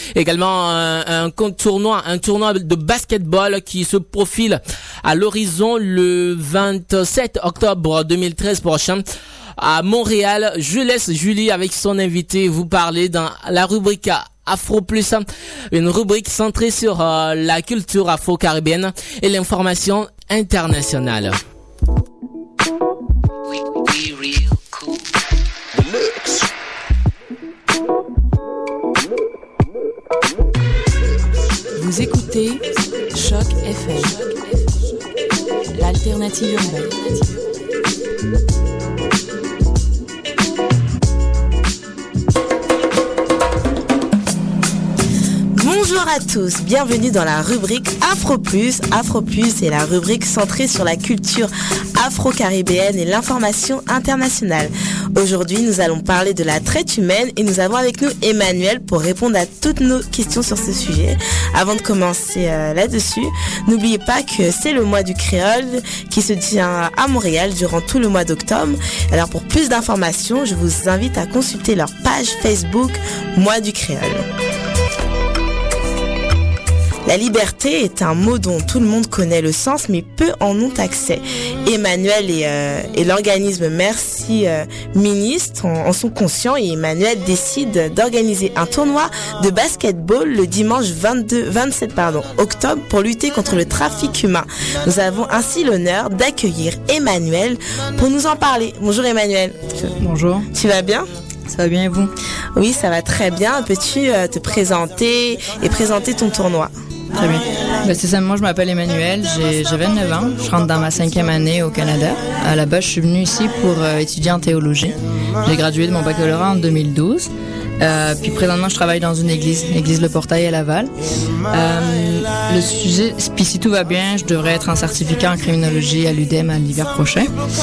Également un tournoi de basketball qui se profile à l'horizon le 27 octobre 2013 prochain à Montréal. Je laisse Julie avec son invité vous parler dans la rubrique Afro Plus, une rubrique centrée sur la culture afro-caribéenne et l'information internationale. Vous écoutez Choc FM, l'alternative urbaine. Bonjour à tous, bienvenue dans la rubrique Afro Plus. Afro Plus est la rubrique centrée sur la culture afro-caribéenne et l'information internationale. Aujourd'hui, nous allons parler de la traite humaine et nous avons avec nous Emmanuel pour répondre à toutes nos questions sur ce sujet. Avant de commencer là-dessus, n'oubliez pas que c'est le mois du créole qui se tient à Montréal durant tout le mois d'octobre. Alors pour plus d'informations, je vous invite à consulter leur page Facebook Mois du créole. La liberté est un mot dont tout le monde connaît le sens, mais peu en ont accès. Emmanuel et l'organisme Merci Ministre en sont conscients et Emmanuel décide d'organiser un tournoi de basketball le dimanche 27 octobre pour lutter contre le trafic humain. Nous avons ainsi l'honneur d'accueillir Emmanuel pour nous en parler. Bonjour Emmanuel. Bonjour. Tu vas bien ? Ça va bien et vous ? Oui, ça va très bien. Peux-tu te présenter et présenter ton tournoi ? Très bien. C'est ça, moi je m'appelle Emmanuel, j'ai 29 ans, je rentre dans ma 5e année au Canada. À la base, je suis venu ici pour étudier en théologie. J'ai gradué de mon baccalauréat en 2012. Puis présentement, je travaille dans une l'église Le Portail à Laval. Le sujet, puis si tout va bien, je devrais être en certificat en criminologie à l'UDEM à l'hiver prochain.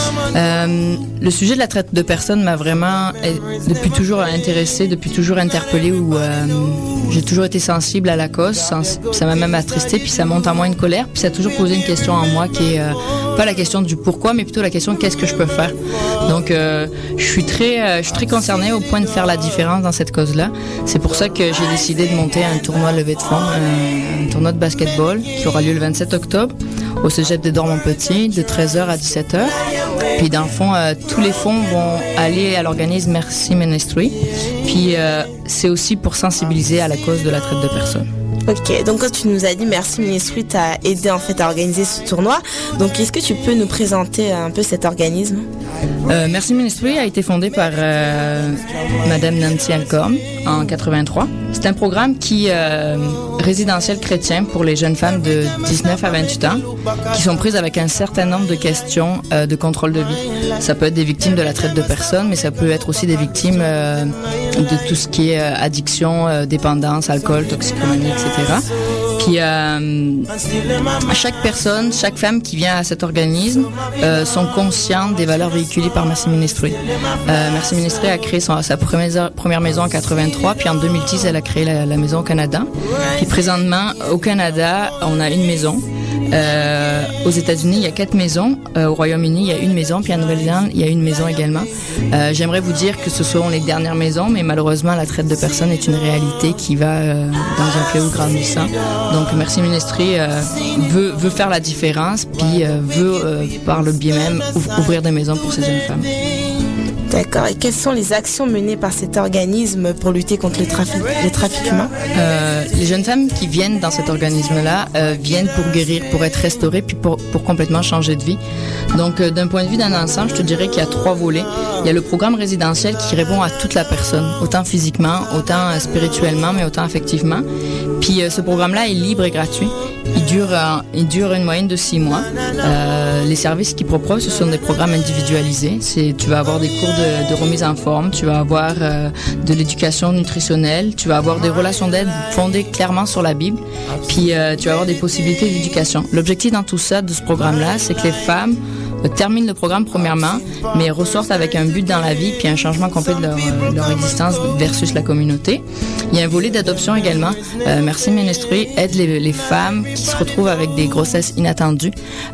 Le sujet de la traite de personnes m'a vraiment depuis toujours intéressé, depuis toujours interpellé, où j'ai toujours été sensible à la cause. Ça m'a même attristé, puis ça monte en moi une colère, puis ça a toujours posé une question en moi qui est pas la question du pourquoi, mais plutôt la question qu'est-ce que je peux faire. Donc, je suis très concernée au point de faire la différence dans cette cause-là. C'est pour ça que j'ai décidé de monter un tournoi levée de fonds, un tournoi de basketball qui aura lieu le 27 octobre au Cégep des Dormont-Petit de 13h à 17h. Puis dans le fond, tous les fonds vont aller à l'organisme Merci Ministry. Puis c'est aussi pour sensibiliser à la cause de la traite de personnes. Ok, donc quand tu nous as dit Merci Ministry t'a aidé en fait à organiser ce tournoi, donc est-ce que tu peux nous présenter un peu cet organisme ? Merci Ministry a été fondé par Madame Nancy Alcorn en 83. C'est un programme résidentiel chrétien pour les jeunes femmes de 19 à 28 ans qui sont prises avec un certain nombre de questions de contrôle de vie. Ça peut être des victimes de la traite de personnes, mais ça peut être aussi des victimes de tout ce qui est addiction, dépendance, alcool, toxicomanie, etc. Puis chaque femme qui vient à cet organisme sont conscientes des valeurs véhiculées par Merci Ministry. Merci Ministry a créé sa première maison en 83, puis en 2010 elle a créé la maison au Canada. Puis présentement au Canada on a une maison. Aux États-Unis, il y a 4 maisons. Au Royaume-Uni, il y a une maison. Puis à Nouvelle-Zélande, il y a une maison également. J'aimerais vous dire que ce sont les dernières maisons, mais malheureusement, la traite de personnes est une réalité qui va dans un fléau grandissant. Donc, Merci Ministry veut faire la différence, puis veut, par le biais même, ouvrir des maisons pour ces jeunes femmes. D'accord. Et quelles sont les actions menées par cet organisme pour lutter contre le trafic humain ? Les jeunes femmes qui viennent dans cet organisme-là viennent pour guérir, pour être restaurées, puis pour complètement changer de vie. Donc, d'un point de vue d'un ensemble, je te dirais qu'il y a 3 volets. Il y a le programme résidentiel qui répond à toute la personne, autant physiquement, autant spirituellement, mais autant affectivement. Puis, ce programme-là est libre et gratuit. Il dure une moyenne de 6 mois. Les services qu'il propose, ce sont des programmes individualisés. Tu vas avoir des cours de remise en forme, tu vas avoir de l'éducation nutritionnelle, tu vas avoir des relations d'aide fondées clairement sur la Bible, puis tu vas avoir des possibilités d'éducation. L'objectif dans tout ça, de ce programme-là, c'est que les femmes terminent le programme premièrement, mais ressortent avec un but dans la vie puis un changement complet de leur existence versus la communauté. Il y a un volet d'adoption également. Merci Ménestrui aide les femmes qui se retrouvent avec des grossesses inattendues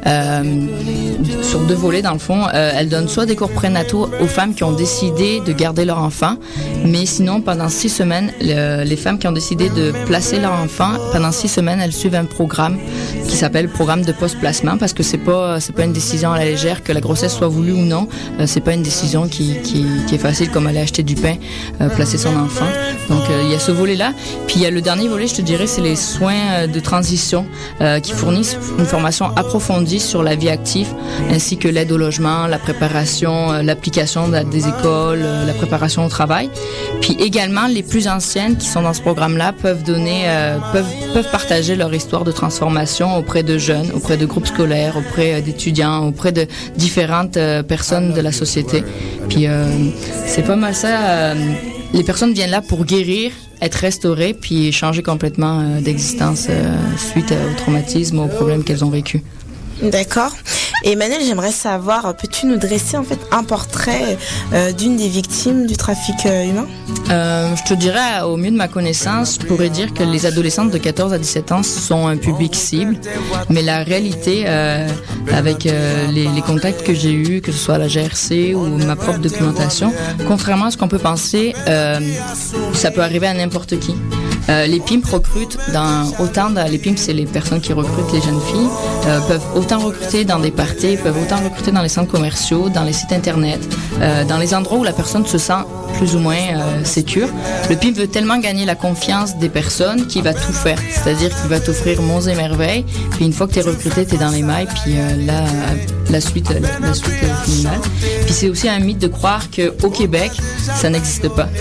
sur 2 volets dans le fond. Elle donne soit des cours prénataux aux femmes qui ont décidé de garder leur enfant, mais sinon pendant 6 semaines, les femmes qui ont décidé de placer leur enfant, pendant 6 semaines, elles suivent un programme qui s'appelle programme de post-placement parce que c'est pas une décision à la légère que la grossesse soit voulue ou non. C'est pas une décision qui est facile comme aller acheter du pain, placer son enfant. Donc il y a ce volet-là. Puis il y a le dernier volet, je te dirais, c'est les soins de transition qui fournissent une formation approfondie sur la vie active ainsi que l'aide au logement, la préparation, l'application des écoles, la préparation au travail. Puis également, les plus anciennes qui sont dans ce programme-là peuvent partager leur histoire de transformation auprès de jeunes, auprès de groupes scolaires, auprès d'étudiants, auprès de différentes personnes de la société. Puis c'est pas mal ça. Les personnes viennent là pour guérir, être restaurées, puis changer complètement d'existence suite au traumatisme, aux problèmes qu'elles ont vécus. D'accord. Et Emmanuel, j'aimerais savoir, peux-tu nous dresser en fait un portrait d'une des victimes du trafic humain? Je te dirais, au mieux de ma connaissance, je pourrais dire que les adolescentes de 14 à 17 ans sont un public cible, mais la réalité, avec les contacts que j'ai eus, que ce soit à la GRC ou ma propre documentation, contrairement à ce qu'on peut penser, ça peut arriver à n'importe qui. Les pimps recrutent les pimps, c'est les personnes qui recrutent les jeunes filles, peuvent autant recruter dans des parties, peuvent autant recruter dans les centres commerciaux, dans les sites internet, dans les endroits où la personne se sent plus ou moins sécure. Le pimp veut tellement gagner la confiance des personnes qu'il va tout faire, c'est-à-dire qu'il va t'offrir monts et merveilles, puis une fois que t'es recruté, t'es dans les mailles, puis là, la suite finale. Puis c'est aussi un mythe de croire qu'au Québec, ça n'existe pas.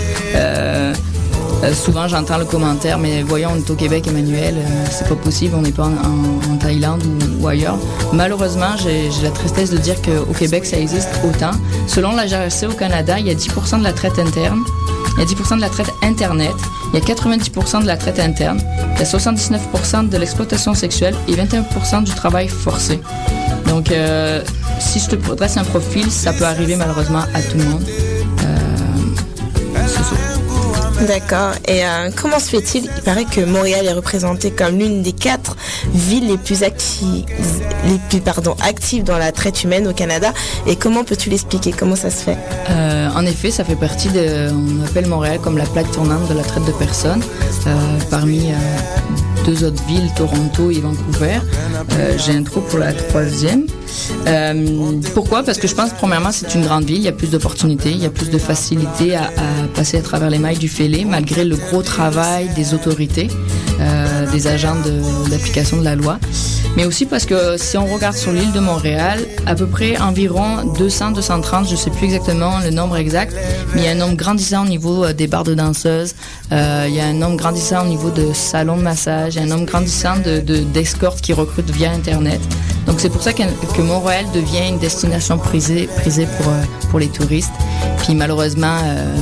Souvent j'entends le commentaire, mais voyons, on est au Québec, Emmanuel, c'est pas possible, on n'est pas en Thaïlande ou ailleurs. Malheureusement, j'ai la tristesse de dire qu'au Québec ça existe autant. Selon la GRC au Canada, il y a 10% de la traite interne, il y a 10% de la traite internet, il y a 90% de la traite interne, il y a 79% de l'exploitation sexuelle et 21% du travail forcé. Donc si je te dresse un profil, ça peut arriver malheureusement à tout le monde. C'est ça. D'accord. Et comment se fait-il? Il paraît que Montréal est représentée comme l'une des 4 villes les plus actives dans la traite humaine au Canada. Et comment peux-tu l'expliquer? Comment ça se fait? En effet, ça fait partie on appelle Montréal comme la plaque tournante de la traite de personnes. Parmi 2 autres villes, Toronto et Vancouver. J'ai un trou pour la 3e. Pourquoi? Parce que je pense, premièrement, c'est une grande ville, il y a plus d'opportunités, il y a plus de facilité à passer à travers les mailles du filet, malgré le gros travail des autorités, des agents d'application de la loi. Mais aussi parce que si on regarde sur l'île de Montréal, à peu près environ 200, 230, je ne sais plus exactement le nombre exact, mais il y a un nombre grandissant au niveau des bars de danseuses, il y a un nombre grandissant au niveau de salons de massage, il y a un nombre grandissant d'escortes qui recrutent via Internet. Donc c'est pour ça que Montréal devient une destination prisée pour les touristes. Puis malheureusement,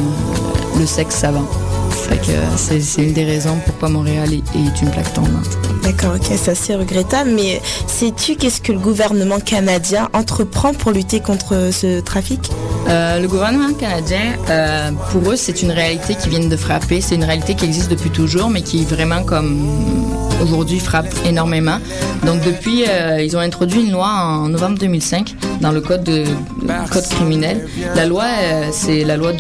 le sexe ça vend. Fait que c'est une des raisons pourquoi Montréal est une plaque tournante. D'accord, ok, c'est assez regrettable, mais sais-tu qu'est-ce que le gouvernement canadien entreprend pour lutter contre ce trafic? Le gouvernement canadien, pour eux, c'est une réalité qui vient de frapper. C'est une réalité qui existe depuis toujours, mais qui vraiment comme aujourd'hui frappe énormément. Donc depuis, ils ont introduit une loi en novembre 2005 dans le code criminel. La loi, c'est la loi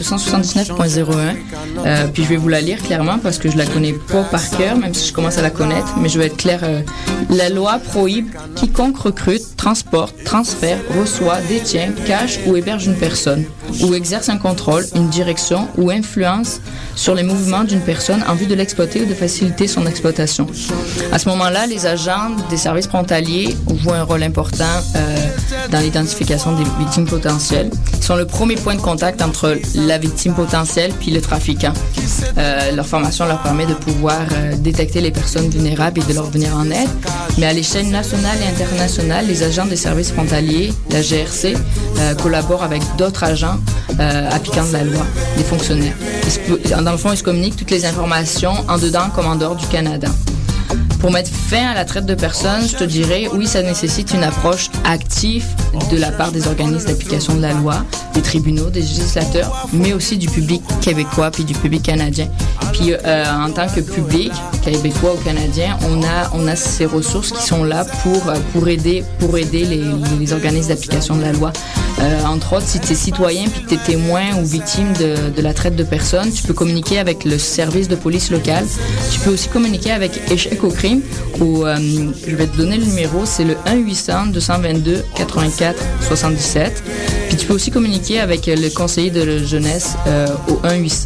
279.01. Puis je vais vous la lire clairement parce que je la connais pas par cœur, même si je commence à la connaître, mais je vais être clair. La loi prohibe quiconque recrute, transporte, transfère, reçoit, détient, cache ou héberge une personne, ou exerce un contrôle, une direction ou influence sur les mouvements d'une personne en vue de l'exploiter ou de faciliter son exploitation. À ce moment-là, les agents des services frontaliers jouent un rôle important dans l'identification des victimes potentielles. Ils sont le premier point de contact entre la victime potentielle puis le trafiquant. Leur formation leur permet de pouvoir détecter les personnes vulnérables et de leur venir en aide. Mais à l'échelle nationale et internationale, les agents des services frontaliers, la GRC, collaborent avec d'autres agents appliquant de la loi, des fonctionnaires. Dans le fond, ils se communiquent toutes les informations en dedans comme en dehors du Canada. Pour mettre fin à la traite de personnes, je te dirais, oui, ça nécessite une approche active de la part des organismes d'application de la loi, des tribunaux, des législateurs, mais aussi du public québécois puis du public canadien. Puis en tant que public québécois ou canadien, on a ces ressources qui sont là pour aider les organismes d'application de la loi. Entre autres, si tu es citoyen puis que tu es témoin ou victime de la traite de personnes, tu peux communiquer avec le service de police local. Tu peux aussi communiquer avec Échec au crime ou je vais te donner le numéro, c'est le 1-800-222-84-77. Puis tu peux aussi communiquer avec le conseiller de la jeunesse au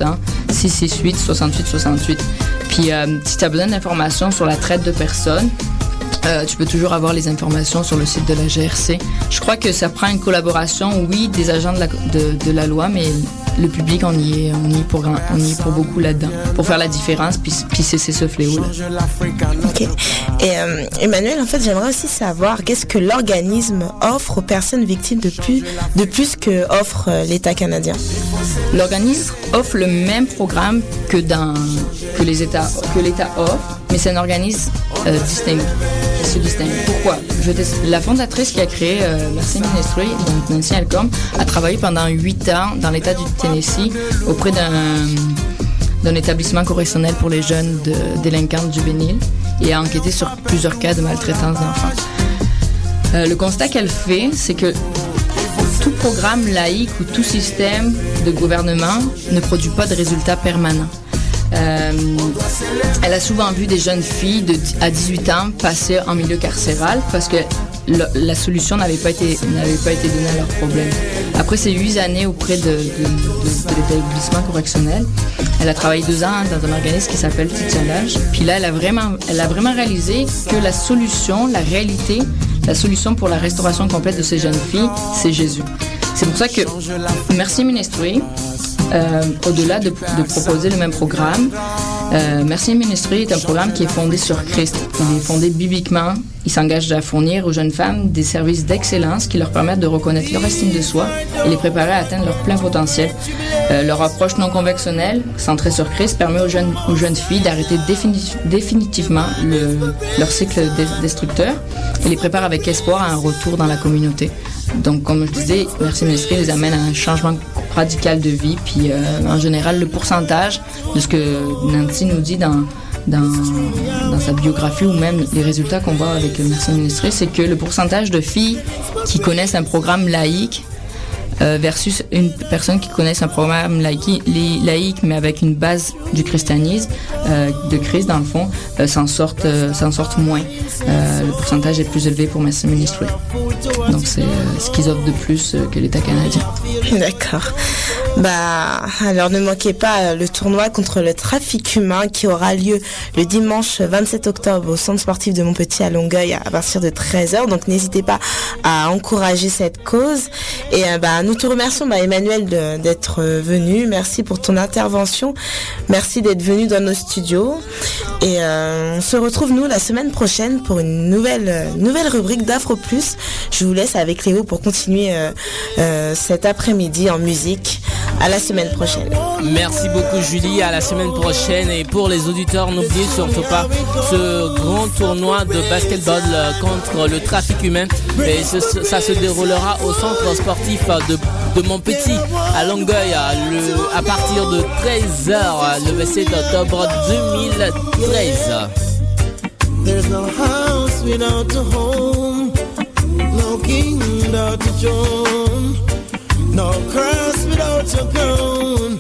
1-800-668-68-68. Puis si tu as besoin d'informations sur la traite de personnes, tu peux toujours avoir les informations sur le site de la GRC. Je crois que ça prend une collaboration, oui, des agents de la loi, mais le public, on y est pour beaucoup là-dedans, pour faire la différence, puis cesser ce fléau-là. Ok. Et Emmanuel, en fait, j'aimerais aussi savoir qu'est-ce que l'organisme offre aux personnes victimes de plus que offre l'État canadien. L'organisme offre le même programme que l'État offre, mais c'est un organisme distinct. Qui se distingue. Pourquoi? La fondatrice qui a créé Merci Ministry, donc Nancy Alcombe, a travaillé pendant 8 ans dans l'État du Tennessee auprès d'un établissement correctionnel pour les jeunes délinquants juvéniles et a enquêté sur plusieurs cas de maltraitance d'enfants. Le constat qu'elle fait, c'est que tout programme laïque ou tout système de gouvernement ne produit pas de résultats permanents. Elle a souvent vu des jeunes filles à 18 ans passer en milieu carcéral parce que la solution n'avait pas été donnée à leurs problèmes. Après ces 8 années auprès de l'établissement correctionnel, elle a travaillé 2 ans dans un organisme qui s'appelle Titialage. Puis là, elle a vraiment réalisé que la solution pour la restauration complète de ces jeunes filles, c'est Jésus. C'est pour ça que Merci Ministry, au-delà de proposer le même programme, Merci Ministry est un programme qui est fondé sur Christ. Il est fondé bibliquement. Il s'engage à fournir aux jeunes femmes des services d'excellence qui leur permettent de reconnaître leur estime de soi et les préparer à atteindre leur plein potentiel. Leur approche non convectionnelle, centrée sur Christ, permet aux jeunes filles d'arrêter définitivement leur cycle destructeur et les prépare avec espoir à un retour dans la communauté. Donc, comme je disais, Merci Ministry les amène à un changement radical de vie. Puis, en général, le pourcentage de ce que Nancy nous dit dans sa biographie ou même les résultats qu'on voit avec Merci Ministry, c'est que le pourcentage de filles qui connaissent un programme laïque versus une personne qui connaisse un programme laïque mais avec une base du christianisme, de Christ dans le fond, s'en sortent moins. Le pourcentage est plus élevé pour Merci Ministry. Donc c'est ce qu'ils offrent de plus que l'État canadien. D'accord. Alors ne manquez pas le tournoi contre le trafic humain qui aura lieu le dimanche 27 octobre au centre sportif de Montpetit à Longueuil à partir de 13h. Donc n'hésitez pas à encourager cette cause. Et nous te remercions Emmanuel d'être venu. Merci pour ton intervention. Merci d'être venu dans nos studios. Et on se retrouve nous la semaine prochaine pour une nouvelle rubrique d'Afro Plus. Je vous laisse avec Léo pour continuer cet après-midi en musique. À la semaine prochaine. Merci beaucoup Julie, à la semaine prochaine. Et pour les auditeurs, n'oubliez surtout pas ce grand tournoi de basketball contre le trafic humain. Et ça se déroulera au centre sportif de Montpetit à Longueuil à partir de 13h le 27 octobre 2013. There's no house without a home, no king without a throne, no cross without a crown,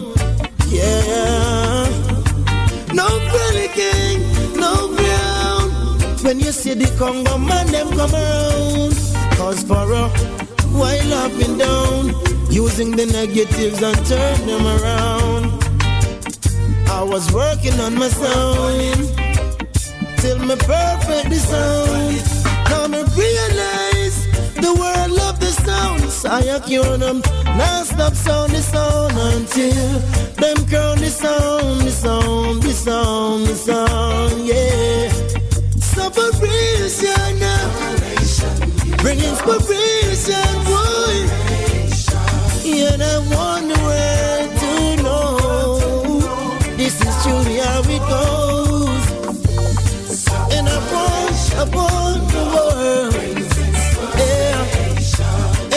yeah. No pretty king, no crown. When you see the Congo man, them come around. Cause for a while up and down, using the negatives and turn them around. I was working on my sound till me perfect the sound. Now me realize the world love the sound. So I cure them, now stop sound the sound until them crown the sound, the sound, the sound, the sound, yeah. Separation now, bring inspiration, boy. Yeah, I want the world to know this is truly how it goes. And I want the world, yeah.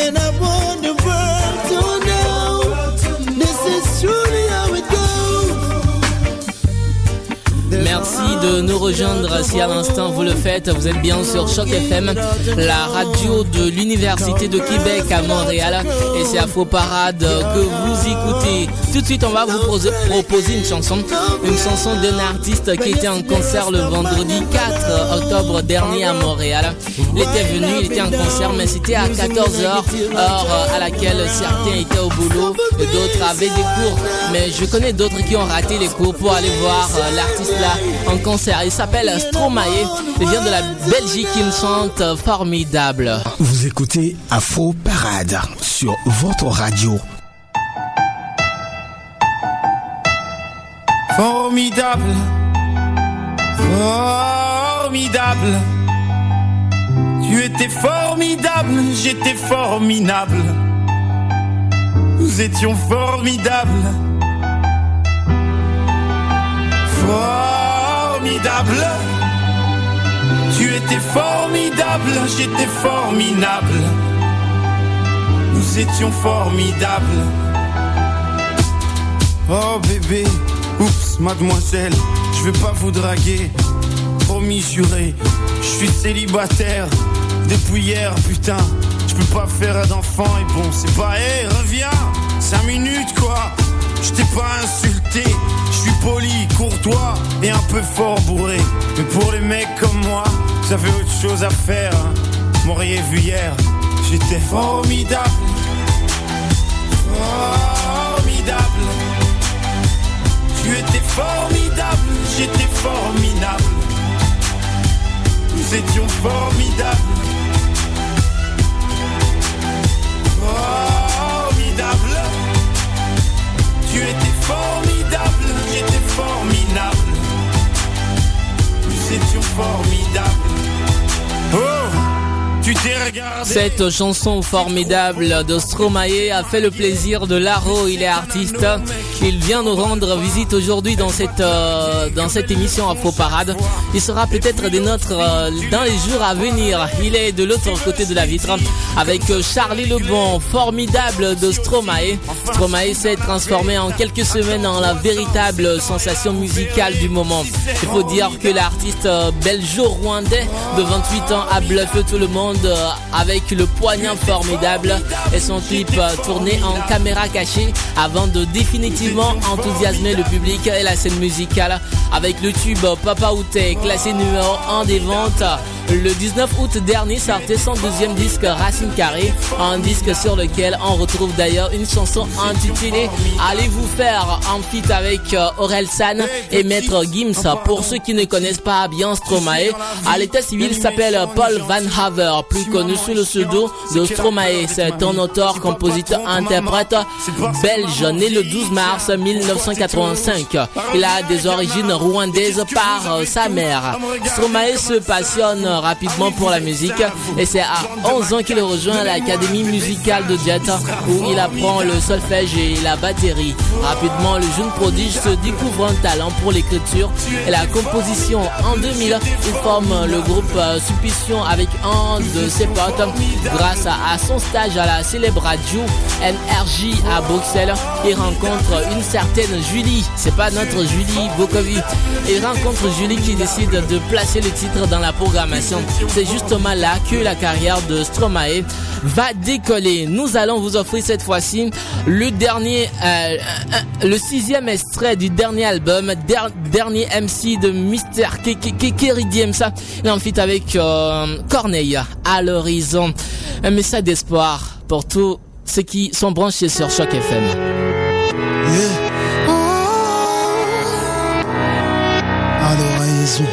de nous rejoindre, si à l'instant vous le faites, vous êtes bien sur Choc FM, la radio de l'Université de Québec à Montréal, et c'est Afro Parade que vous écoutez. Tout de suite, on va vous proposer une chanson d'un artiste qui était en concert le vendredi 4 octobre dernier à Montréal. Il était en concert, mais c'était à 14h, heure à laquelle certains étaient au boulot et d'autres avaient des cours. Mais je connais d'autres qui ont raté les cours pour aller voir l'artiste là en concert. Il s'appelle Stromae, il vient de la Belgique, il chante Formidable. Vous écoutez Afro Parade sur votre radio. Formidable, formidable. Tu étais formidable, j'étais formidable. Nous étions formidables. Formidable. Tu étais formidable, j'étais formidable. Nous étions formidables. Oh bébé, oups mademoiselle, je vais pas vous draguer. Promis juré, je suis célibataire depuis hier, putain. Je peux pas faire d'enfant et bon, c'est pas, hey, reviens, 5 minutes quoi. Je t'ai pas insulté, je suis poli, courtois et un peu fort bourré. Mais pour les mecs comme moi, vous avez autre chose à faire, hein. M'auriez vu hier, j'étais formidable. Formidable. Tu étais formidable, j'étais formidable. Nous étions formidables. Formidable. Tu étais formidable, j'étais formidable. Nous étions formidables. Oh, tu t'es regardé. Cette chanson formidable de Stromae a fait le plaisir de Laro, il est artiste. Il vient nous rendre visite aujourd'hui dans cette émission Afro Parade. Il sera peut-être des nôtres dans les jours à venir. Il est de l'autre côté de la vitre avec Charlie Lebon, formidable de Stromae. Stromae s'est transformé en quelques semaines en la véritable sensation musicale du moment. Il faut dire que l'artiste belgeo-rwandais de 28 ans a bluffé tout le monde avec le poignard formidable et son clip tourné en caméra cachée avant de définitivement enthousiasmer le public et la scène musicale avec le tube Papa Outé, classé numéro 1 des ventes. Le 19 août dernier sortait son deuxième disque Racine Carrée, un disque sur lequel on retrouve d'ailleurs une chanson intitulée Allez vous faire en feat avec Aurel San et Maître Gims. Pour ceux qui ne connaissent pas bien Stromae, à l'état civil s'appelle Paul Van Haver, plus connu sous le pseudo de Stromae. C'est un auteur, compositeur, interprète belge né le 12 mars 1985. Il a des origines rwandaises par sa mère. Stromae se passionne rapidement pour la musique et c'est à 11 ans qu'il rejoint l'académie musicale de Jet où il apprend le solfège et la batterie. Rapidement, le jeune prodige se découvre un talent pour l'écriture et la composition. En 2000, il forme le groupe Supposition avec un de ses potes. Grâce à son stage à la célèbre radio NRJ à Bruxelles, il rencontre une certaine Julie. C'est pas notre Julie Bokovi. Il rencontre Julie qui décide de placer le titre dans la programmation. C'est justement là que la carrière de Stromae va décoller. Nous allons vous offrir cette fois-ci le dernier, le 6e extrait du dernier album, dernier MC de Mister Kerry Diemsa. Il en fit avec Corneille à l'horizon. Un message d'espoir pour tous ceux qui sont branchés sur Choc FM. À l'horizon.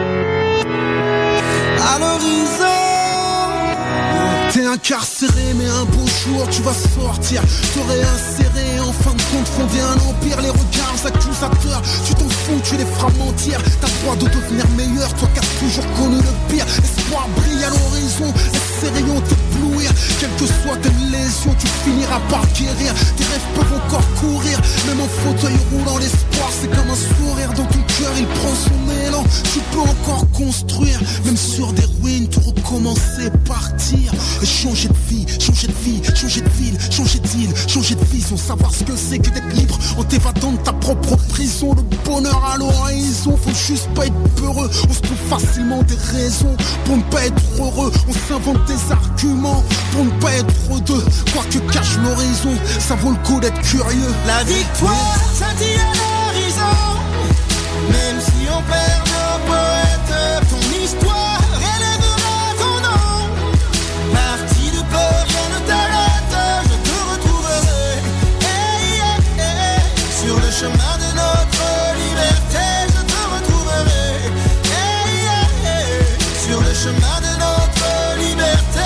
À l'horizon. T'es incarcéré mais un beau jour tu vas sortir. T'aurais inséré en fin de compte fonder un empire. Les regards accusateurs, tu t'en fous, tu les feras mentir. T'as le droit de devenir meilleur, toi qui as toujours connu le pire. L'espoir brille à l'horizon, les rayons t'éblouir. Quelles que soient tes lésions, tu finiras par guérir. Tes rêves peuvent encore courir, même en fauteuil roulant. L'espoir c'est comme un sourire dans ton cœur, il prend son élan. Tu peux encore construire, même sur des ruines, tout recommencer, partir. Et changer de vie, changer de vie, changer de ville, changer d'île, changer de vie sans savoir ce que c'est que d'être libre en t'évadant de ta propre prison. Le bonheur à l'horizon, faut juste pas être peur heureux. On se trouve facilement des raisons pour ne pas être heureux. On s'invente des arguments pour ne pas être deux. Quoi que cache l'horizon, ça vaut le coup d'être curieux. La victoire scintille à l'horizon. Même si on perd nos poètes, ton histoire élèvera ton nom. Parti de peur, rien ne t'arrête, je te retrouverai. Hey, hey, hey. Sur le chemin de notre liberté, je te retrouverai. Hey, hey, hey. Sur le chemin de notre liberté.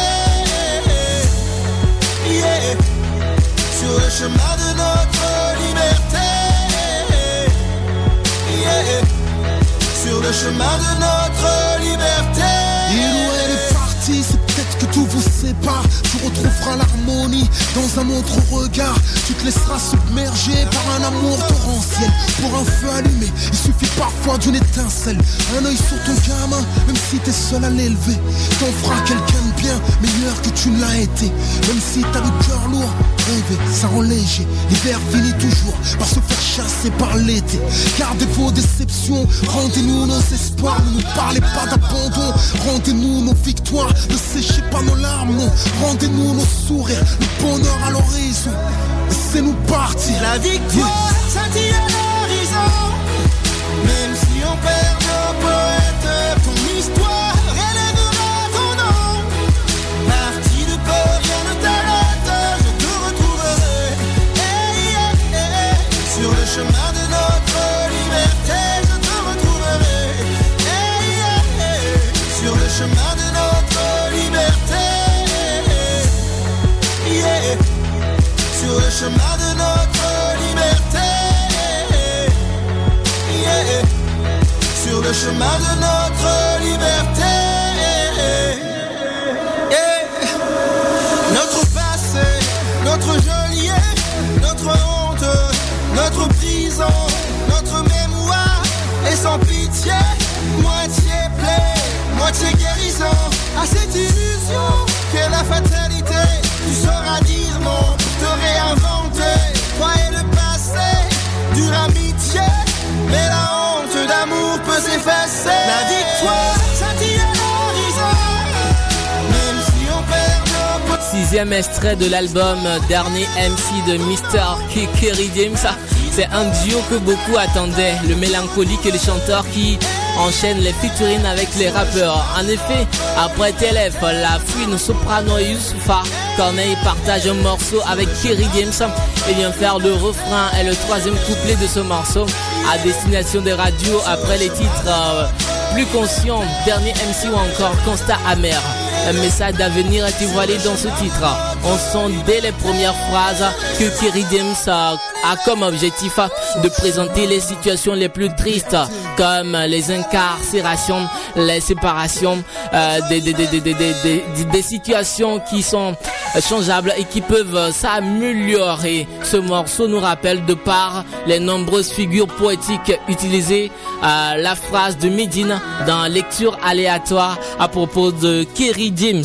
Yeah. Sur le chemin de notre liberté. Sur le chemin de notre liberté. Et l'eau elle est partie, c'est peut-être que tout vous sépare. Tu retrouveras l'harmonie dans un autre regard. Tu te laisseras submerger par un amour torrentiel. Pour un feu allumé, il suffit parfois d'une étincelle. Un œil sur ton gamin, même si t'es seul à l'élever. T'en feras quelqu'un de bien, meilleur que tu ne l'as été. Même si t'as le cœur lourd, rêver, ça rend léger. L'hiver finit toujours par se faire chasser par l'été. Gardez vos déceptions, rendez-nous nos espoirs. Ne nous parlez pas d'abandon, rendez-nous nos victoires. Ne séchez pas nos larmes, non. Rendez-nous nos sourires, le bonheur à l'horizon. Laissez-nous partir. La victoire scintille à l'horizon. Même si on perd nos poètes, ton histoire élèvera ton nom. Parti de peur, rien ne t'arrête, je te retrouverai. Hey, hey, hey. Sur le chemin de notre liberté, je te retrouverai. Hey, hey, hey. Sur le chemin de notre liberté. Yeah. Sur le chemin de notre liberté. Yeah. Sur le chemin de notre liberté. Yeah. Notre passé, notre geôlier, notre honte, notre prison, notre mémoire est sans pitié. Moitié plaie, moitié guérison. À cette illusion qu'est la fatalité, tu sauras dire non, te réinventer. Toi et le passé, dure amitié, mais la honte d'amour peut s'effacer. La victoire scintille à l'horizon. Même si on perd nos... Sixième extrait de l'album Dernier MC de Mr. Kerry James. C'est un duo que beaucoup attendaient, le mélancolique et le chanteur qui enchaîne les featuring avec les rappeurs. En effet, après TLF, La Fouine, Soprano et Youssoupha, Corneille partage un morceau avec Kerry James et vient faire le refrain et le troisième couplet de ce morceau à destination des radios après les titres Plus Conscient, Dernier MC ou encore Constat Amer. Un message d'avenir est dévoilé dans ce titre. On sent dès les premières phrases que Kerry James a comme objectif de présenter les situations les plus tristes comme les incarcérations, les séparations, des situations qui sont changeables et qui peuvent s'améliorer. Ce morceau nous rappelle de par les nombreuses figures poétiques utilisées la phrase de Medine dans Lecture aléatoire à propos de Kerry James.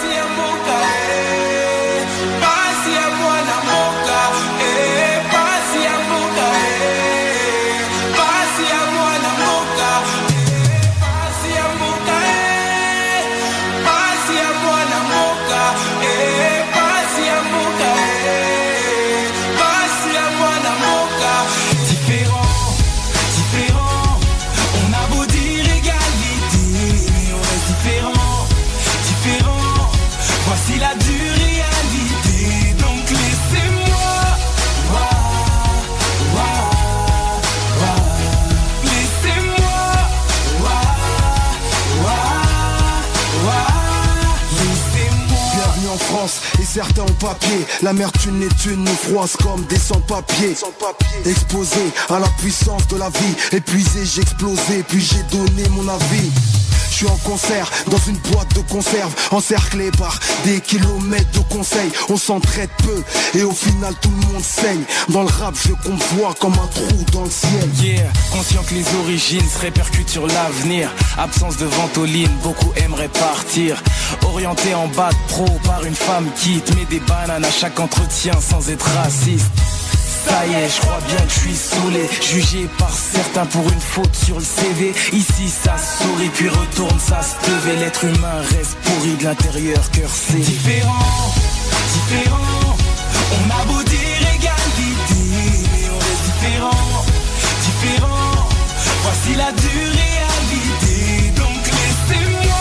Et certains ont papier, l'amertume est une, nous froisse comme des sans-papiers. Exposé à la puissance de la vie, épuisé, j'ai explosé, puis j'ai donné mon avis. Je suis en concert, dans une boîte de conserve, encerclé par des kilomètres de conseils. On s'entraide peu, et au final tout le monde saigne. Dans le rap, je convois comme un trou dans le ciel. Yeah, conscient que les origines se répercutent sur l'avenir. Absence de ventoline, beaucoup aimeraient partir. Orienté en bas de pro par une femme qui te met des bananes à chaque entretien sans être raciste. Ça y est, je crois bien que je suis saoulé, jugé par certains pour une faute sur le CV. Ici ça sourit puis retourne, ça se devait. L'être humain reste pourri de l'intérieur, cœur c'est différent, différent. On a beau dire égalité, mais on reste différent, différent. Voici la dure réalité, donc laissez-moi.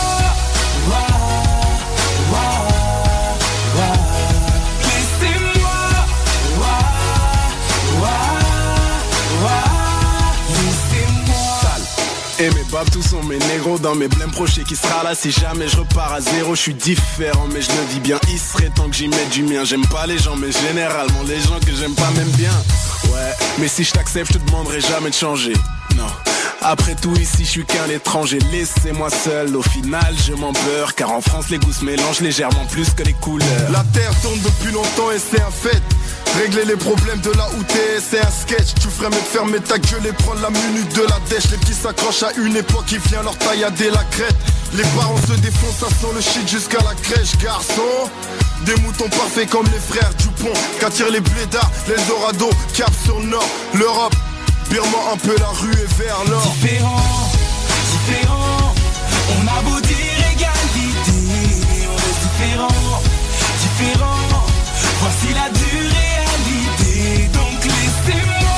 Et mes babs tous sont mes négros dans mes blèmes prochés qui sera là si jamais je repars à zéro. Je suis différent mais je le vis bien, il serait temps que j'y mette du mien. J'aime pas les gens mais généralement les gens que j'aime pas m'aiment bien. Ouais, mais si je t'accepte je te demanderai jamais de changer. Non, après tout ici je suis qu'un étranger. Laissez-moi seul, au final je m'en beurre. Car en France les goûts se mélangent légèrement plus que les couleurs. La terre tourne depuis longtemps et c'est un fait. Régler les problèmes de là où t'es, c'est un sketch. Tu ferais mieux de fermer ta gueule et prendre la minute de la dèche. Les petits s'accrochent à une époque, il vient leur taillader la crête. Les parents se défoncent, ça sent le shit jusqu'à la crèche. Garçon, des moutons parfaits comme les frères Dupont qu'attirent les blédards, l'Eldorado, cap sur le nord, l'Europe. Birman un peu la rue et vers l'or. Différent, différent. On a beau dire égalité, mais on est différent, différent. Voici la dure réalité, donc laissez-moi.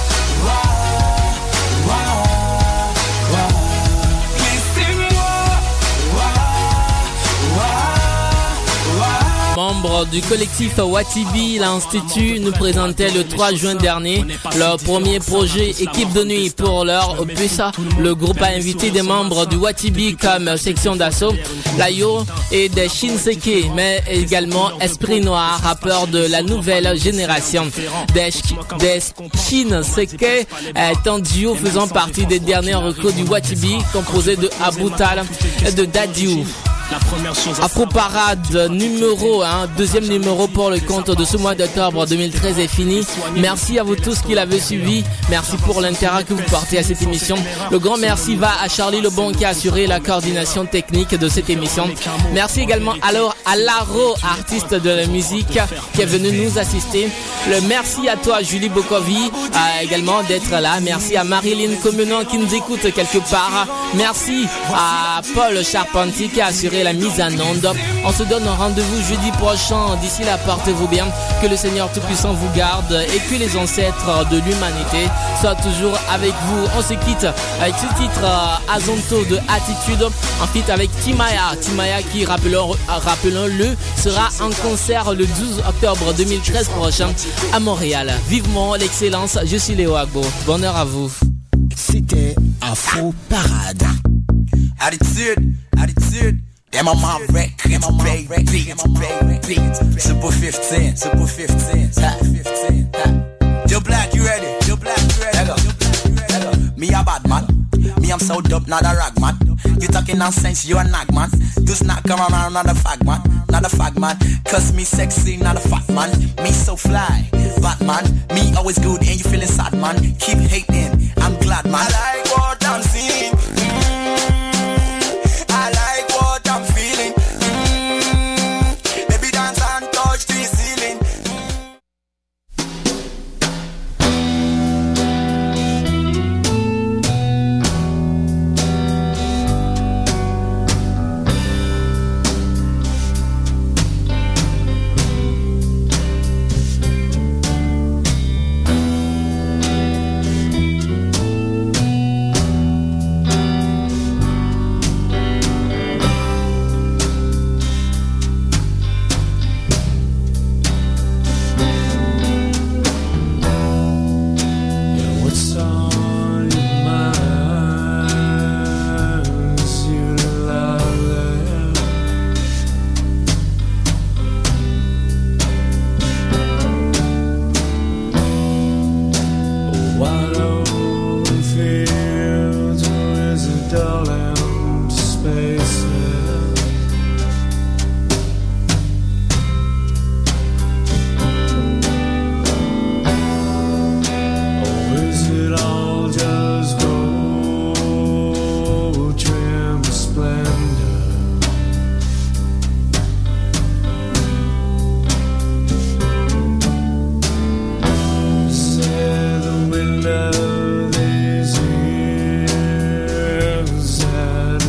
Membres du collectif Watibi, l'Institut nous présentait le 3 juin dernier leur premier projet Équipe de nuit. Pour leur opus, le groupe a invité des membres du Watibi comme section d'assaut, Layo et des Shinseki, mais également Esprit Noir, rappeurs de la nouvelle génération. Des Shinseki est un duo faisant partie des derniers recours du Watibi, composé de Aboutal et de Dadiou. Afro Parade numéro 1, deuxième numéro pour le compte de ce mois d'octobre 2013 est fini. Merci à vous tous qui l'avez suivi. Merci pour l'intérêt que vous portez à cette émission. Le grand merci va à Charlie Lebon qui a assuré la coordination technique de cette émission. Merci également alors à Laro, artiste de la musique, qui est venu nous assister. Le merci à toi Julie Bokovi également d'être là. Merci à Marilyn Comenon qui nous écoute quelque part. Merci à Paul Charpentier qui a assuré la mise en onde. On se donne un rendez-vous jeudi prochain. D'ici là, portez-vous bien. Que le Seigneur Tout-Puissant vous garde et que les ancêtres de l'humanité soient toujours avec vous. On se quitte avec ce titre Azonto de Attitude en feat avec Timaya. Timaya qui, rappelons-le, sera en concert le 12 octobre 2013 prochain à Montréal. Vivement l'excellence. Je suis Léo Agbo. Bonheur à vous. C'était Afro Parade. Attitude, attitude. Them on my record, them on my beat. Super 15, Super 15, Super 15. Joe Black, you ready? Joe Black, you ready? Hello. Me a bad man. Me I'm so dope, not a rag man. You talking nonsense, you a nag man. Just not come around, not a fag man. Not a fag man. Cause me sexy, not a fat man. Me so fly, Batman. Me always good and you feeling sad man. Keep hating, I'm glad man. I like what I'm seeing.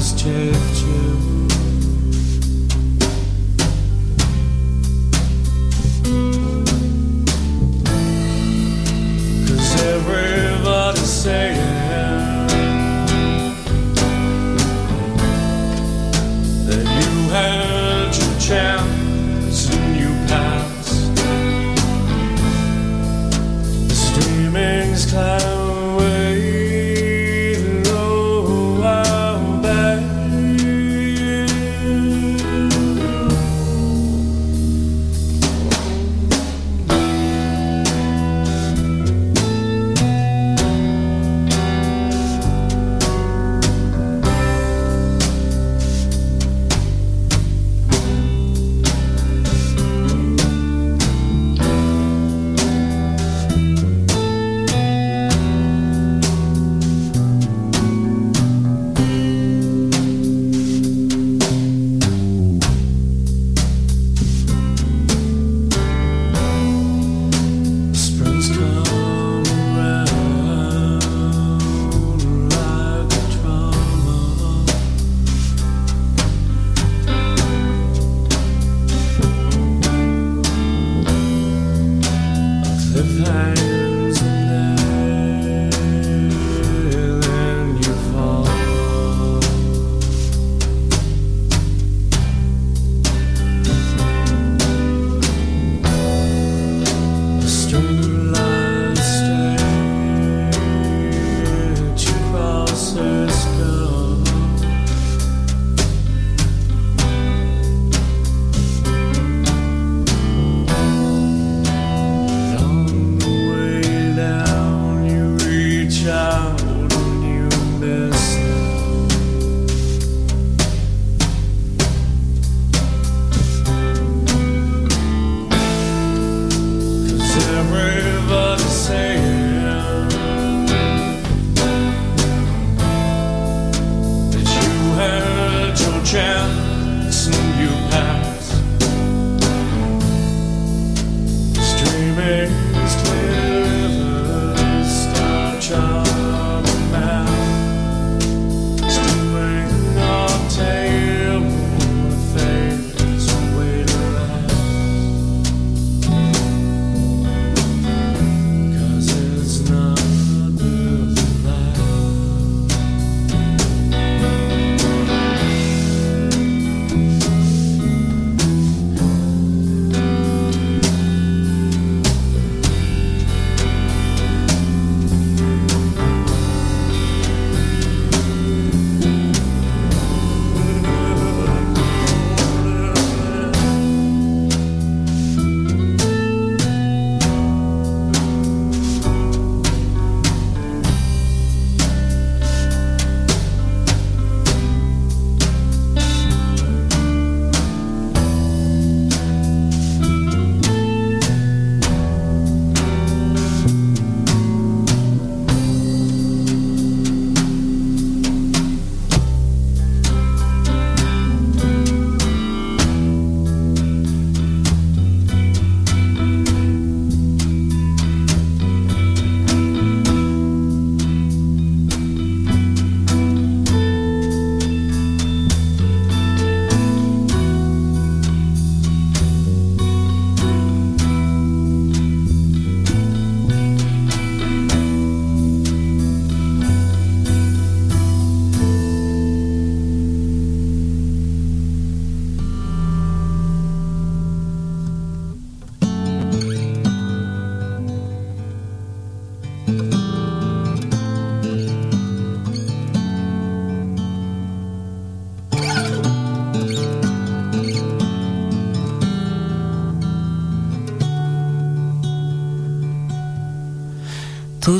Þú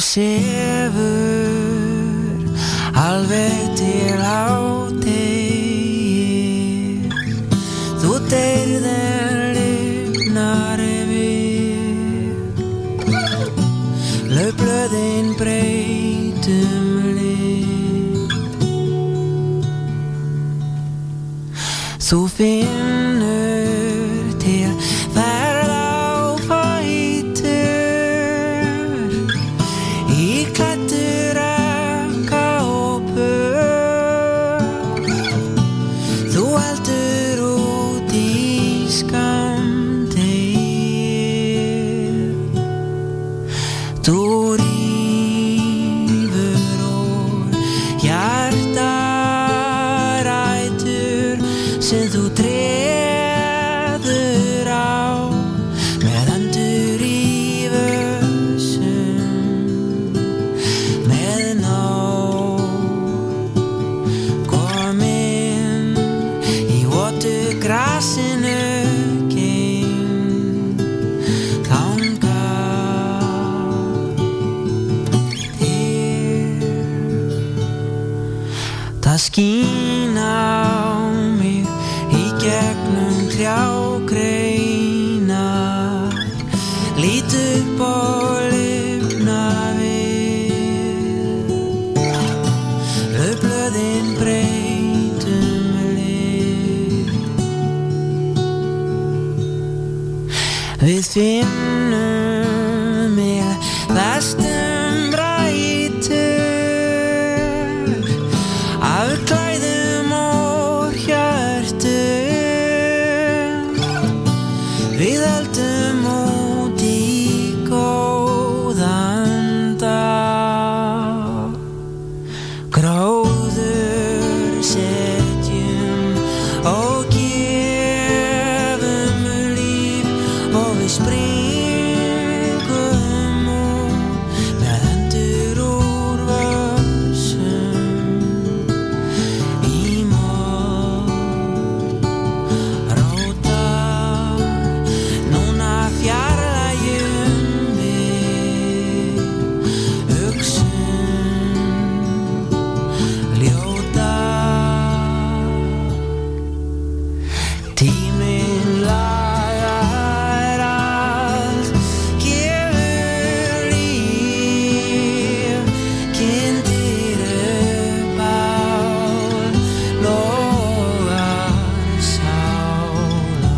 sefur alveg til hádegis. Þú deyrð en lifnar yfir. Laufblöðin breytum lit. Þú finnur til ferð á fætur í klæddur ekka og pör. sem þú treður á með endur í vössum með nóg komin í votu grasinu geim þangað þér það skín á mig í gegnum trjágreinar lít upp og lifna við laufblöðin breytum lit við finnum mér vestum rætur af klæðum og hjörtum við höldum út í góðan dag gróður setjum og gefum líf og við springum út með hendur úr vössum í mold róta núna fjarlægjum við hugsun ljóta tíminn lagar allt gefur líf kyndir upp ál logar sála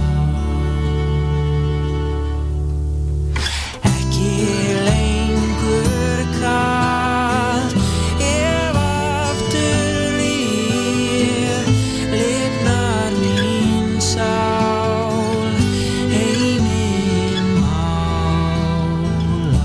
ekki lengur kalt ef aftur líf lifnar mín sál heiminn mála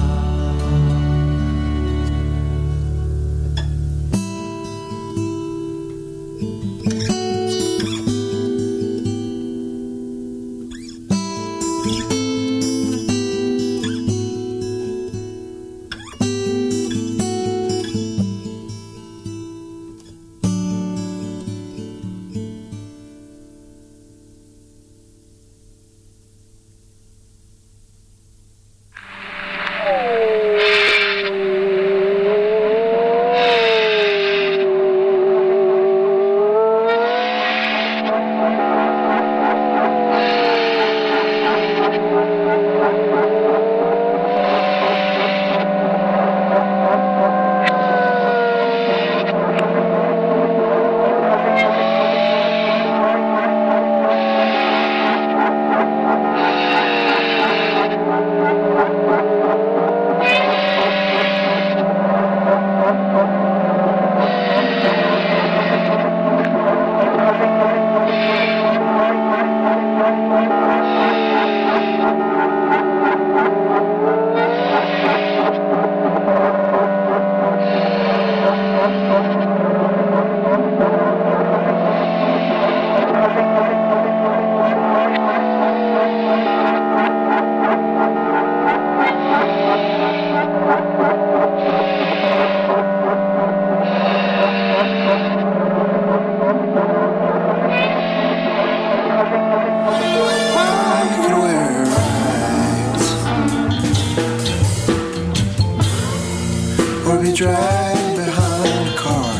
or be dragged behind a car.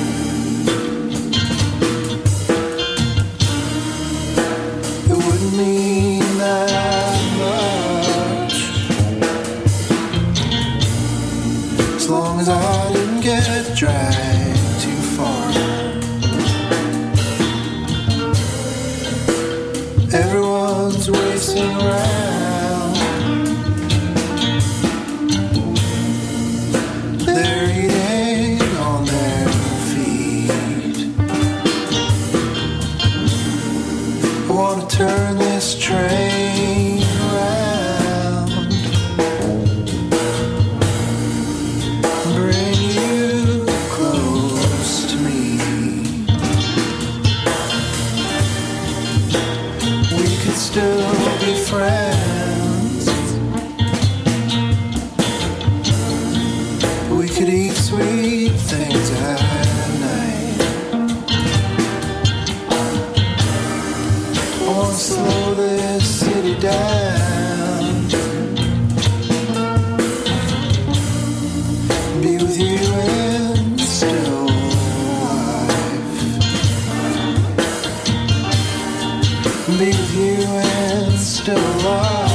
It wouldn't mean that much as long as I didn't get dragged too far. Everyone's racing around. They're eating on their feet. I want to turn this train around, bring you close to me. believe you and still alive.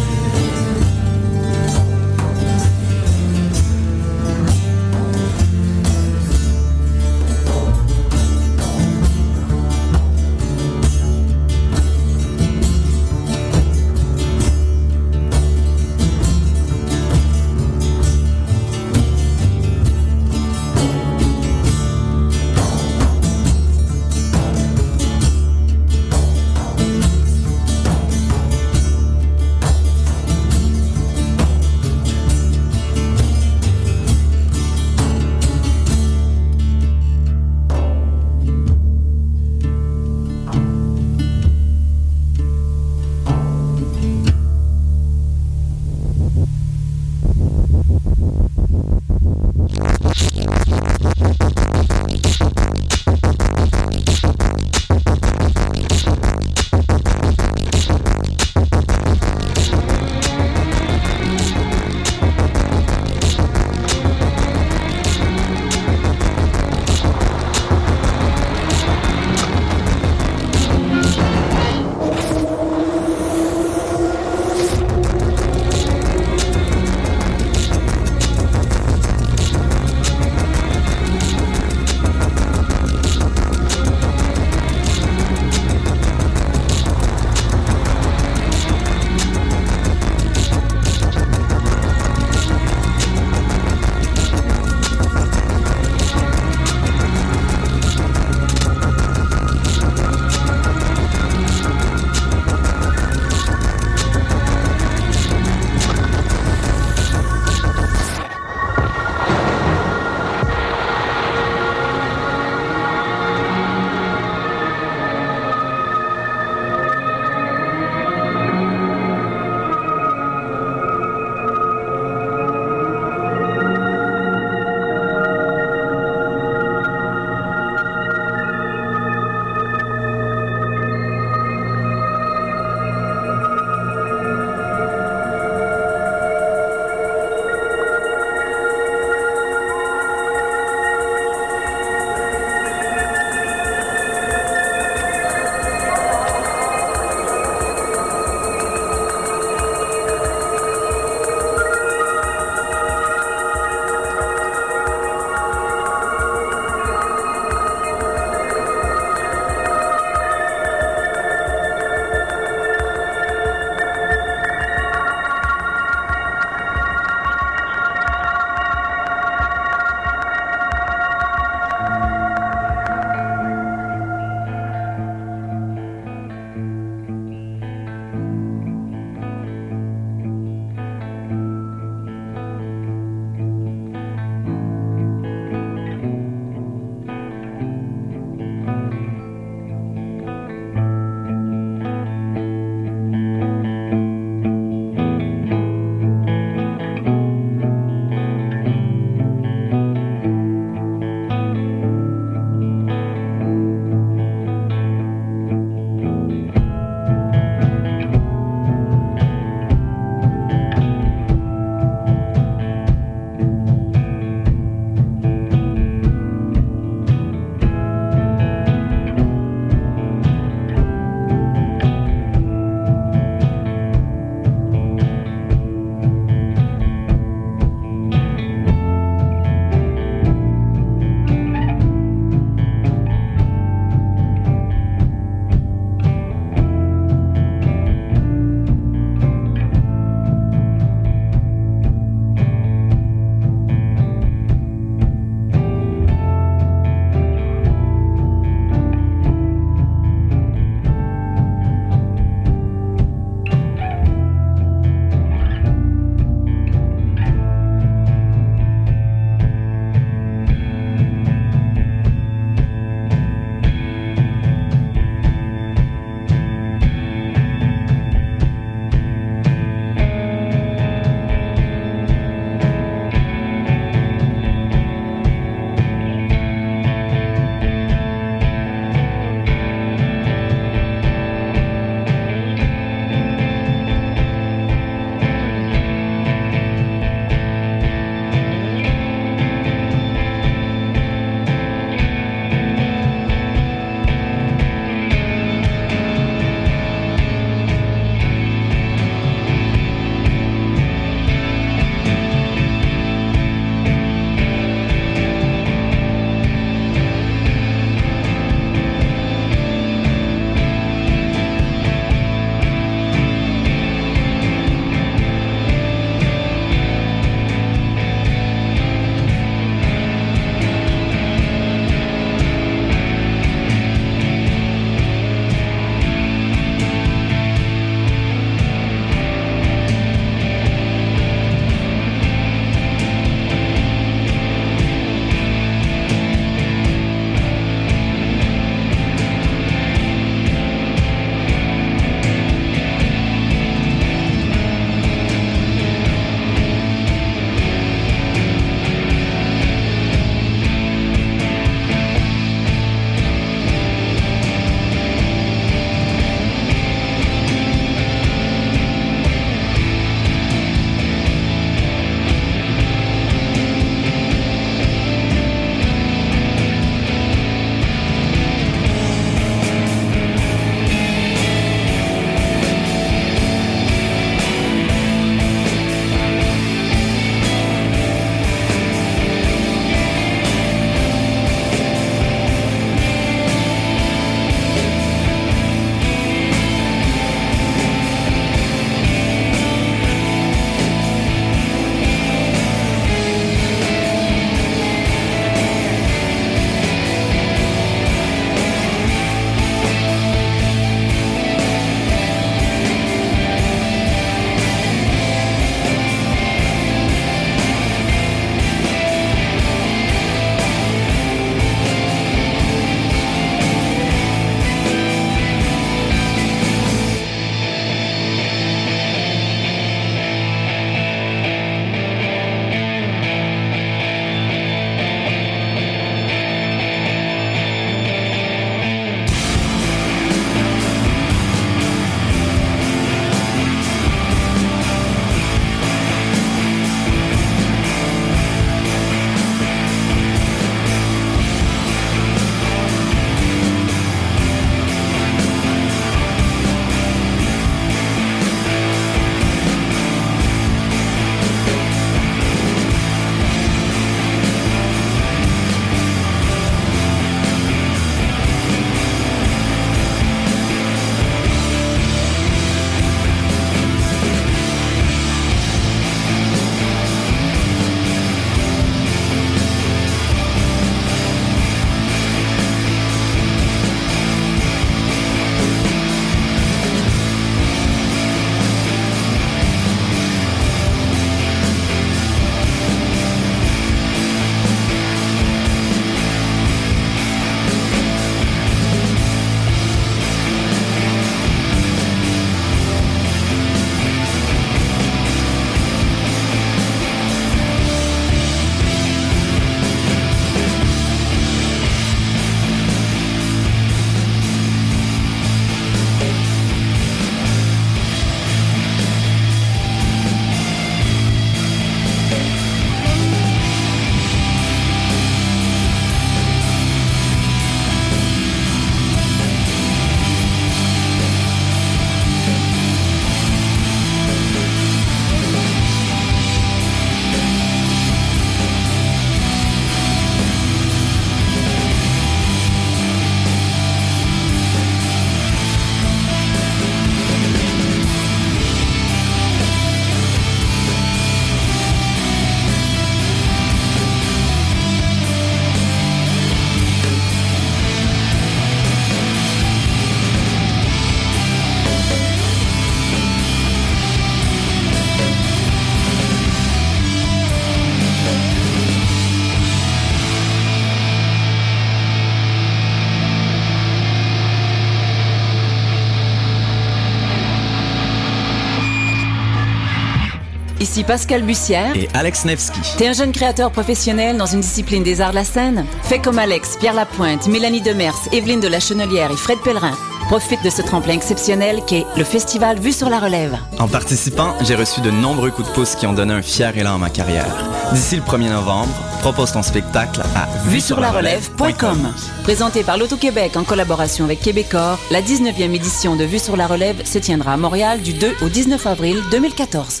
Ici Pascal Bussière et Alex Nevsky. T'es un jeune créateur professionnel dans une discipline des arts de la scène? Fais comme Alex, Pierre Lapointe, Mélanie Demers, Evelyne de la Chenelière et Fred Pellerin. Profite de ce tremplin exceptionnel qu'est le festival Vue sur la Relève. En participant, j'ai reçu de nombreux coups de pouce qui ont donné un fier élan à ma carrière. D'ici le 1er novembre, propose ton spectacle à vuesurlarelève.com. Présenté par l'Auto-Québec en collaboration avec Québecor, la 19e édition de Vue sur la Relève se tiendra à Montréal du 2 au 19 avril 2014.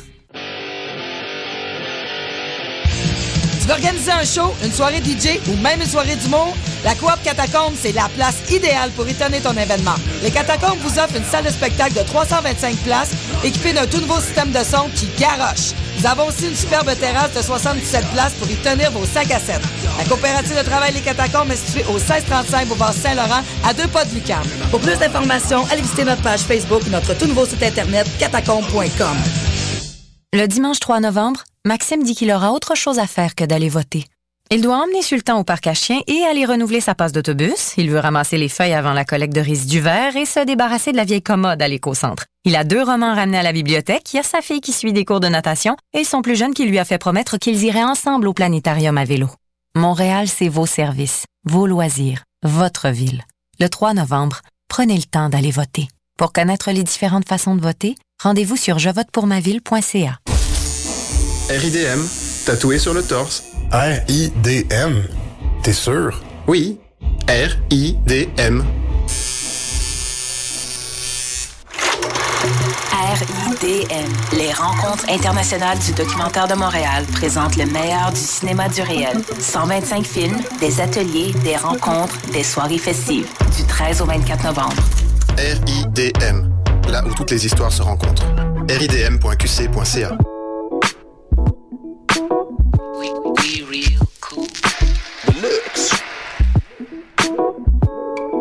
Tu veux organiser un show, une soirée DJ ou même une soirée d'humour? La Coop Catacombes, c'est la place idéale pour étonner ton événement. Les Catacombes vous offrent une salle de spectacle de 325 places équipée d'un tout nouveau système de son qui garoche. Nous avons aussi une superbe terrasse de 77 places pour y tenir vos 5 à 7. La coopérative de travail Les Catacombes est située au 1635 boulevard Saint-Laurent, à 2 pas de Lucam. Pour plus d'informations, allez visiter notre page Facebook ou notre tout nouveau site internet catacombes.com. Le dimanche 3 novembre, Maxime dit qu'il aura autre chose à faire que d'aller voter. Il doit emmener Sultan au parc à chiens et aller renouveler sa passe d'autobus. Il veut ramasser les feuilles avant la collecte de résidus verts et se débarrasser de la vieille commode à l'éco-centre. Il a 2 romans ramenés à la bibliothèque, il y a sa fille qui suit des cours de natation et son plus jeune qui lui a fait promettre qu'ils iraient ensemble au planétarium à vélo. Montréal, c'est vos services, vos loisirs, votre ville. Le 3 novembre, prenez le temps d'aller voter. Pour connaître les différentes façons de voter, rendez-vous sur jevotepourmaville.ca. RIDM, tatoué sur le torse. RIDM? T'es sûr? Oui, RIDM. RIDM, les Rencontres internationales du documentaire de Montréal, présentent le meilleur du cinéma du réel. 125 films, des ateliers, des rencontres, des soirées festives, du 13 au 24 novembre. RIDM, là où toutes les histoires se rencontrent. RIDM.qc.ca